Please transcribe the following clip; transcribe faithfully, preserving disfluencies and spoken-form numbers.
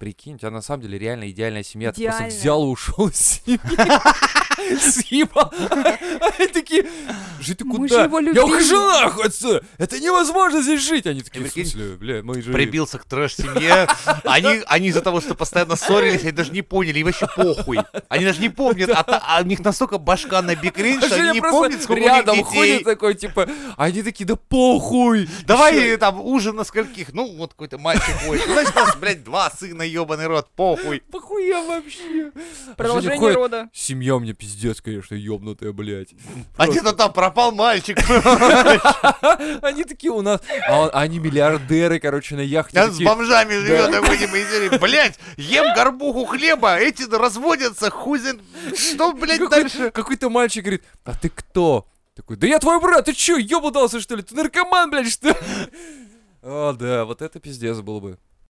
прикинь, у тебя на самом деле реально идеальная семья. Ты Идеальная. просто взял и ушел из семьи. Съебал. Они такие, жить ты Мы же куда? его Я любили. ухожу нахуй отсюда. Это невозможно здесь жить. Они такие, И в прикинь, смысле, бля, мы же... Прибился к трэш-семье. Они, они из-за того, что постоянно ссорились, они даже не поняли, и вообще похуй. Они даже не помнят, а, та- а у них настолько башка на бикрень, что Женя они не просто помнят, сколько рядом у них детей. ходит такой, типа, они такие, да похуй. Давай Ещё- там ужин на скольких? Ну, вот какой-то мальчик ходит. Ну, значит, у нас, блядь, два сына, ебаный рот, похуй. Похуя вообще. А Продолжение Женя ходит, рода. семья у меня пиздец, конечно, ёбнутая, блядь. А где-то там пропал мальчик. Они такие у нас, а он- они миллиардеры, короче, на яхте. Он с такие, бомжами живет, такой, типа, из серии, блядь, ем горбуху хлеба, эти разводятся, хуй знает. Что, блядь, Какой- дальше? Какой-то мальчик говорит, а ты кто? Такой, да я твой брат, ты чё, ёбу дался, что ли? Ты наркоман, блядь, что ли? О, да, вот это пиздец был бы.